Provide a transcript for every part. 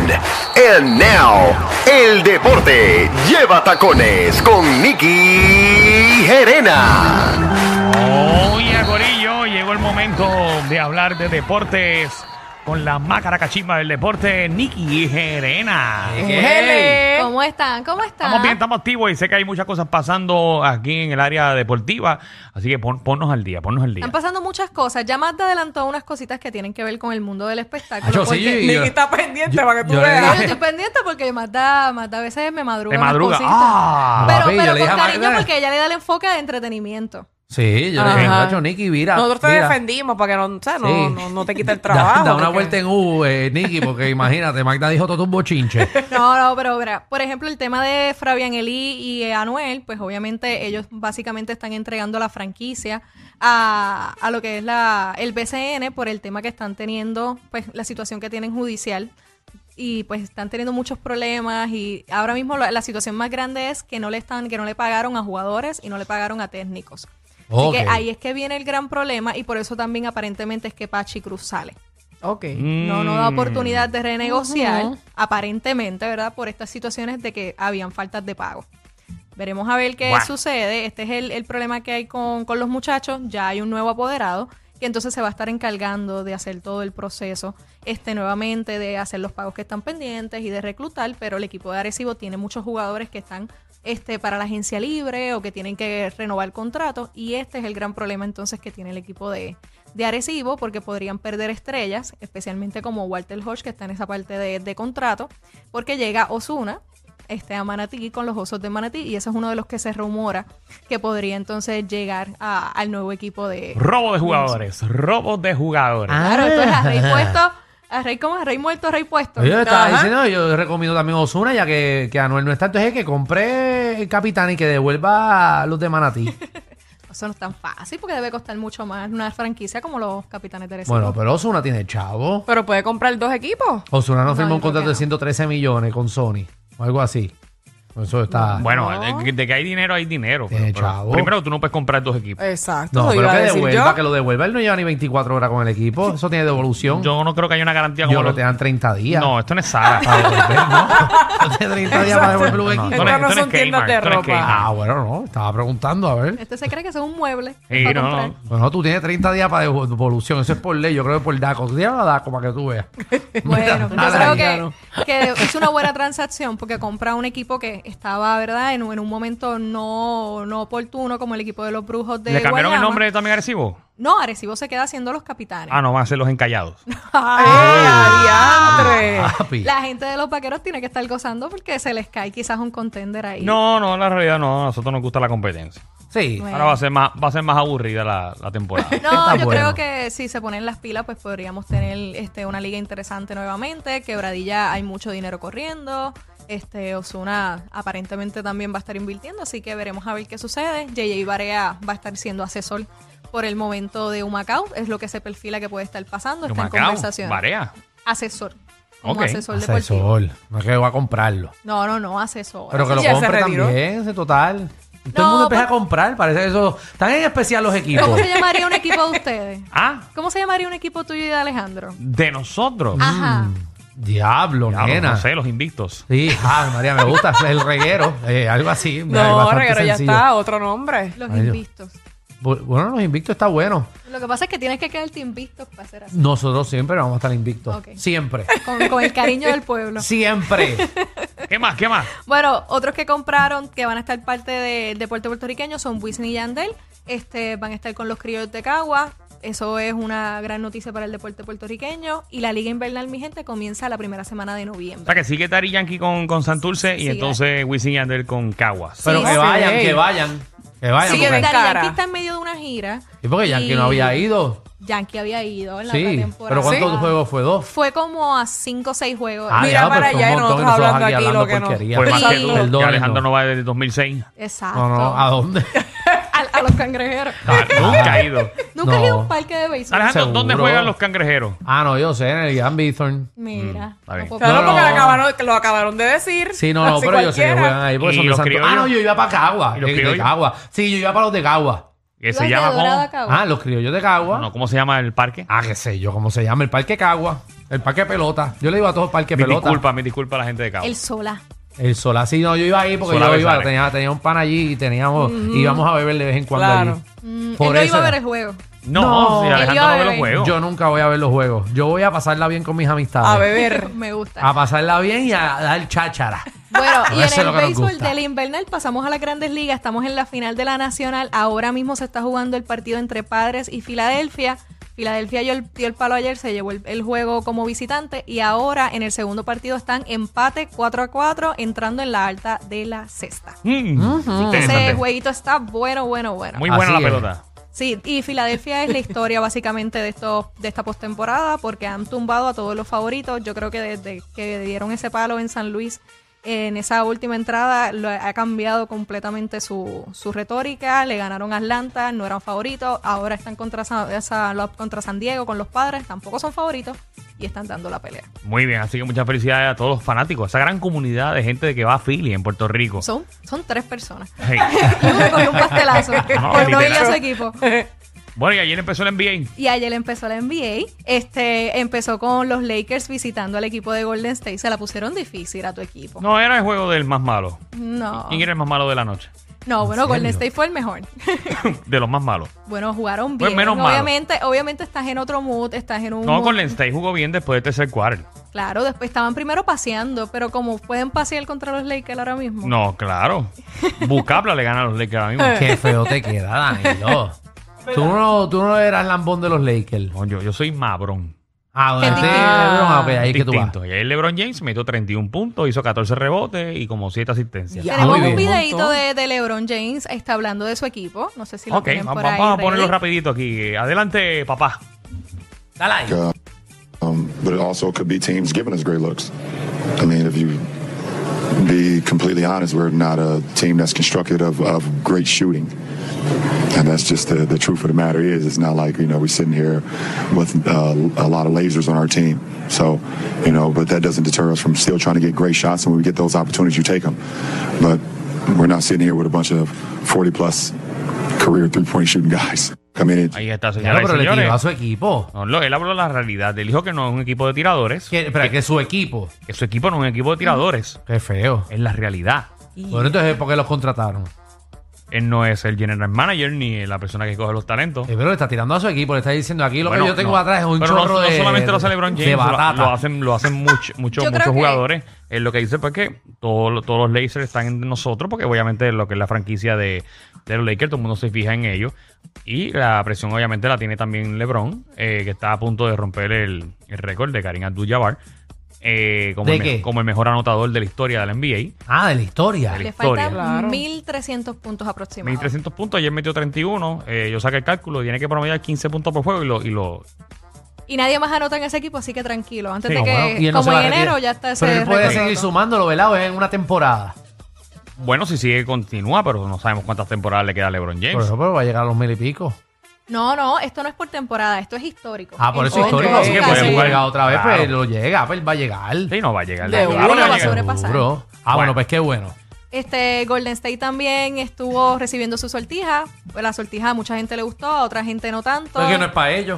And now, el deporte lleva tacones con Nicky Gerena. Oye, gorillo, llegó el momento de hablar de deportes con la mácara cachimba del deporte, Nicky Gerena. Hey. ¿Cómo están? ¿Cómo están? Estamos bien, estamos activos y sé que hay muchas cosas pasando aquí en el área deportiva, así que ponnos al día, ponnos al día. Están pasando muchas cosas. Ya Magda adelantó unas cositas que tienen que ver con el mundo del espectáculo. Yo sí, porque yo- está pendiente yo- para que tú yo le veas. yo dije- estoy pendiente porque Magda a veces me madruga. Te unas madruga. cositas. Ah, pero papi, yo pero le con dije a cariño Magda. porque ella le da el enfoque de entretenimiento. Sí, yo le dije, Ajá. macho, Nicky, mira. Nosotros te mira. defendimos para que no, o sea, no, Sí. no te quite el trabajo. Da una porque- vuelta en U, Nicky, porque imagínate, Magda dijo todo un bochinche. No, pero verá, por ejemplo, el tema de Fabián Elí y Anuel, pues obviamente ellos básicamente están entregando la franquicia a lo que es el BCN por el tema que están teniendo, pues la situación que tienen judicial. Y pues están teniendo muchos problemas y ahora mismo la situación más grande es que no le pagaron a jugadores y no le pagaron a técnicos. Así Ok. que ahí es que viene el gran problema y por eso también aparentemente es que Pachi Cruz sale. Ok. No da oportunidad de renegociar, Ujú. aparentemente, ¿verdad? Por estas situaciones de que habían faltas de pago. Veremos a ver qué Bueno. sucede. Este es el problema que hay con los muchachos. Ya hay un nuevo apoderado que entonces se va a estar encargando de hacer todo el proceso nuevamente, de hacer los pagos que están pendientes y de reclutar, pero el equipo de Arecibo tiene muchos jugadores que están para la agencia libre o que tienen que renovar contratos y este es el gran problema entonces que tiene el equipo de Arecibo porque podrían perder estrellas, especialmente como Walter Hodge que está en esa parte de contrato, porque llega Ozuna a Manatí con los Osos de Manatí y ese es uno de los que se rumora que podría entonces llegar al nuevo equipo de... robo de jugadores, robo de jugadores. Claro, esto es a rey puesto, a rey como a rey muerto, a rey puesto. Yo estaba Ajá. diciendo, yo recomiendo también a Ozuna, ya que Anuel no está, entonces es que compre el capitán y que devuelva a los de Manatí. Eso no es tan fácil porque debe costar mucho más una franquicia como los Capitanes de Arecibo. Bueno, pero Ozuna tiene chavo. Pero puede comprar dos equipos. Ozuna no firmó yo un creo contrato que de no. 113 millones con Sony, o algo así. Eso está... Bueno, No. de que hay dinero. Tiene Pero chavo. primero tú no puedes comprar dos equipos. Exacto. No, eso pero iba a que decir devuelva, yo. que lo devuelva. Él no lleva ni 24 horas con el equipo. Eso tiene devolución. Yo no creo que haya una garantía como Yo creo los... que te dan 30 días. No, esto no es Sara. Para devolver, ¿no? No tiene 30 días para devolver un No, equipo. esto no es- Estas no esto no son es tiendas Kmart, de esto no es ropa. Kmart. Ah, bueno, no. Estaba preguntando, a ver. Este se cree que es un mueble. Sí, para no, comprar. no. Bueno, tú tienes 30 días para devolución. Eso es por ley. Yo creo que por DACO. Tú tienes la DACO para que tú veas. Bueno, yo Nada, creo que es una buena transacción porque compra un equipo que estaba, ¿verdad? En un momento no oportuno como el equipo de los Brujos de ¿Le cambiaron el Guayama. nombre también agresivo? No, Arecibo se queda siendo los capitanes. Ah, no, van a ser los encallados. ¡Ay, Papi. La gente de los vaqueros tiene que estar gozando porque se les cae quizás un contender ahí. No, la realidad no. A nosotros nos gusta la competencia. Sí. Bueno. Ahora va a ser más aburrida la temporada. No, Está yo bueno. creo que si se ponen las pilas, pues podríamos tener una liga interesante nuevamente. Quebradilla hay mucho dinero corriendo. Ozuna aparentemente también va a estar invirtiendo, así que veremos a ver qué sucede. JJ Barea va a estar siendo asesor por el momento de Humacao, es lo que se perfila que puede estar pasando. Está en Humacao, conversación. Barea. Asesor. Como Ok. asesor deportivo. Asesor. No es que va a comprarlo. No, asesor. Pero que lo Ya se compre retiró. también, ese total. Todo No, el mundo empieza a pero- comprar. Parece que eso... Están en especial los equipos. ¿Cómo se llamaría un equipo de ustedes? Ah, ¿Cómo se llamaría un equipo tuyo y de Alejandro? de nosotros. Ajá. Diablo, Diablo, nena. no sé, los invictos. Sí, María, me gusta el reguero. Algo así. No, bastante Reguero ya sencillo. está. Otro nombre. Los Ay, Dios. invistos. Bueno, los invictos está bueno. Lo que pasa es que tienes que quedarte invictos para hacer así. Nosotros siempre vamos a estar invictos. Ok. Siempre. Con el cariño del pueblo. Siempre. ¿Qué más? Bueno, otros que compraron que van a estar parte de deporte puertorriqueño son Wisin y Yandel. Van a estar con los criollos de Cagua. Eso es una gran noticia para el deporte puertorriqueño. Y la Liga Invernal, mi gente, comienza la primera semana de O noviembre. sea, que sigue Daddy Yankee con Santurce y Sí, entonces Wisin y Yandel con Caguas. Pero Sí, que sí. vayan, que vayan. Que vayan. Sí, porque- de Daddy cara. Yankee está en medio de una gira. ¿Y por qué Yankee no había ido? Yankee había ido en la otra Sí. temporada. ¿Pero cuántos Sí. juegos fue? ¿2? Fue como a 5 o 6 juegos. Ah, Mira ya, para pues fue allá un y montón nosotros nosotros hablando aquí lo que no. porquería. Fue más que tú, Perdónenos. que Alejandro no va desde 2006. Exacto. No, no, ¿a dónde? A los cangrejeros. Ah, nunca ha ido. Nunca has No. ido a un parque de béisbol. Alejandro, Seguro. ¿dónde juegan los cangrejeros? Ah, no, yo sé, en el Ian Bithorn. Mira. está bien. puedo Claro, No, porque no. lo acabaron de decir. Sí, no, Así pero yo sé que cualquiera. juegan ahí porque ¿Y son de los Santo. criollos? Ah, no, yo iba para Cagua. ¿Y los de criollos? Cagua. Sí, yo iba para los de Cagua. Que se ¿Ibas de llama Dorado a como... Cagua? Los criollos de Cagua. No, ¿cómo se llama el parque? Qué sé yo, ¿cómo se llama? El Parque Cagua. El Parque Pelota. Yo le digo a todos Parque Pelota. Me disculpa a la gente de Cabo. El Solá. El Solá, sí, no, yo iba ahí porque Solá yo iba, Besares. tenía un pan allí y íbamos a beber de vez en cuando Claro. allí. Él no eso iba a ver era. el juego. No, si Alejandro no ve los Yo- juegos. Yo nunca voy a ver los juegos. Yo voy a pasarla bien con mis amistades. A beber. Me gusta. A pasarla bien y a dar cháchara. Bueno, y Eso es en lo el que nos béisbol gusta. del invernal pasamos a las Grandes Ligas. Estamos en la final de la Nacional. Ahora mismo se está jugando el partido entre Padres y Filadelfia. Filadelfia dio el palo ayer, se llevó el juego como visitante y ahora en el segundo partido están empate 4-4 entrando en la alta de la sexta. Ese Interesante. jueguito está bueno. Muy Así buena la es. pelota. Sí, y Filadelfia es la historia básicamente de esta postemporada porque han tumbado a todos los favoritos. Yo creo que desde que dieron ese palo en San Luis en esa última entrada ha cambiado completamente su retórica. Le ganaron a Atlanta, no eran favoritos. Ahora están contra San Diego con los Padres, tampoco son favoritos y están dando la pelea. Muy bien, así que muchas felicidades a todos los fanáticos, esa gran comunidad de gente que va a Philly en Puerto Rico. Son 3 personas. Hey. Uno cogió un pastelazo por no irle a su equipo. Bueno, y ayer empezó el NBA. Y ayer empezó la NBA. Empezó con los Lakers visitando al equipo de Golden State. Se la pusieron difícil a tu equipo. No, era el juego del más malo. No. ¿Quién era el más malo de la noche? No, bueno, ¿En serio? Golden State fue el mejor. De los más malos. Bueno, jugaron Pues bien. menos malo. Obviamente estás en otro mood, estás en un No, mood- Golden State jugó bien después del tercer quarter. Claro, después estaban primero paseando, pero como pueden pasear contra los Lakers ahora mismo. No, claro. Bucapla le gana a los Lakers ahora mismo. Qué feo te queda, Danilo. Tú no eras lambón de los Lakers. No, yo soy mabrón. ¿Dónde Qué esté distinto. LeBron? Ok, ahí que tú vas. Distinto. Y ayer LeBron James metió 31 puntos, hizo 14 rebotes y como 7 asistencias. Ya. Tenemos Muy un bien. videito de LeBron James, está hablando de su equipo. No sé si lo Ok, tienen por ahí. vamos a ponerlo ready. rapidito aquí. Adelante, papá. Dale ahí. But it also could be teams giving us great looks. I mean, if you be completely honest, we're not a team that's constructed of great shooting. And that's just the truth of the matter is, it's not like, we're sitting here with a lot of lasers on our team. So, but that doesn't deter us from still trying to get great shots. And when we get those opportunities, you take them. But we're not sitting here with a bunch of 40-plus career three-point shooting guys. I mean, Ahí está, Claro, señoras y pero le tiró a señores. su equipo. No, él habló de la realidad. Él dijo que no es un equipo de tiradores. Que su equipo. Que su equipo no es un equipo de tiradores. Qué feo. Es la realidad. Bueno, entonces, ¿por qué los contrataron? Él no es el general manager ni la persona que coge los talentos. Pero le está tirando a su equipo, le está diciendo aquí lo Bueno, que yo tengo no. atrás es un Pero chorro no de solamente lo hace LeBron de James, batata. lo hacen muchos Yo creo que- jugadores. Es lo que dice pues que todos los Lakers están en nosotros porque obviamente lo que es la franquicia de los Lakers, todo el mundo se fija en ellos. Y la presión obviamente la tiene también LeBron, que está a punto de romper el récord de Kareem Abdul-Jabbar como, ¿De qué? como el mejor anotador de la historia de la NBA. De la historia. De Le historia. faltan Claro. 1.300 puntos aproximadamente. 1.300 puntos, ayer metió 31. Yo saqué el cálculo, tiene que promediar 15 puntos por juego y lo Y nadie más anota en ese equipo, así que tranquilo. Antes Sí, de bueno, que, Y él no como se va en a retirar. enero, ya está ese Pero él puede récord seguir roto. sumándolo, ¿verdad? Es en una temporada. bueno, si sigue continúa, pero no sabemos cuántas temporadas le queda a LeBron James. Por eso pero va a llegar a los 1,000 y pico. No, esto no es por temporada, esto es histórico. Por eso En histórico. todo Así que caso, puede sí. jugar otra vez, Claro. pues lo llega, pues va a llegar. Sí, no va a llegar. De Claro uno que va a va a llegar. sobrepasar. Seguro. Bueno. Bueno, pues qué bueno. Golden State también estuvo recibiendo su sortija. Pues la sortija a mucha gente le gustó, a otra gente no tanto. Porque no es para ellos.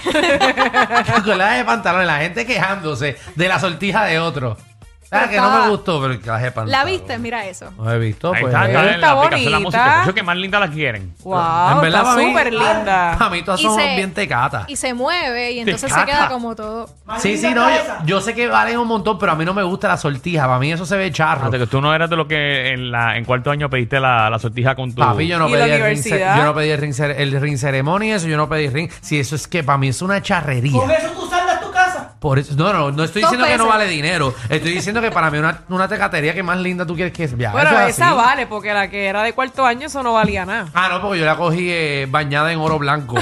Con la de pantalones, la gente quejándose de la sortija de otro. Pero Que no me está- gustó, pero que la de pantalones. ¿La viste? Mira eso. No he visto, Ahí pues. está, está en Está la aplicación de la bonita. música. Por eso que más linda la quieren. Wow, En verdad, está para mí- súper linda. Para mí todas Y son se- bien tecatas. Y se mueve y entonces se Tecata. queda como todo. Sí, no, yo sé que valen un montón, pero a mí no me gusta la sortija. Para mí eso se ve charro. Fíjate que tú no eras de lo que en cuarto año pediste la sortija con tu... Papi, yo no ¿Y la pedí el ring, universidad? yo no pedí el ring ceremony, eso yo no pedí ring. Si eso es que para mí es una charrería. ¿Con eso tú saldas tu casa? Por eso, no estoy Dos diciendo que no veces. vale dinero. Estoy diciendo que para mí una tecatería que más linda tú quieres que es. Ya, Bueno, eso es esa así. vale, porque la que era de cuarto año, eso no valía nada. No, porque yo la cogí bañada en oro blanco.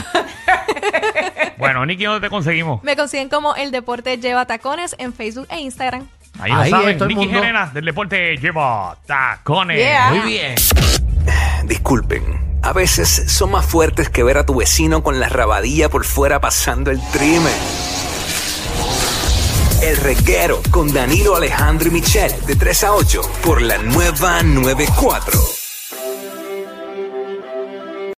Bueno, Nicky, ¿dónde te conseguimos? Me consiguen como El Deporte Lleva Tacones en Facebook e Instagram. Ahí Ahí lo saben. es, todo el Nicky mundo. Gerena, del deporte lleva tacones. Yeah. Muy bien. Disculpen, a veces son más fuertes que ver a tu vecino con la rabadilla por fuera pasando el trimen. El Reguero con Danilo Alejandro y Michel de 3 a 8 por la nueva 94.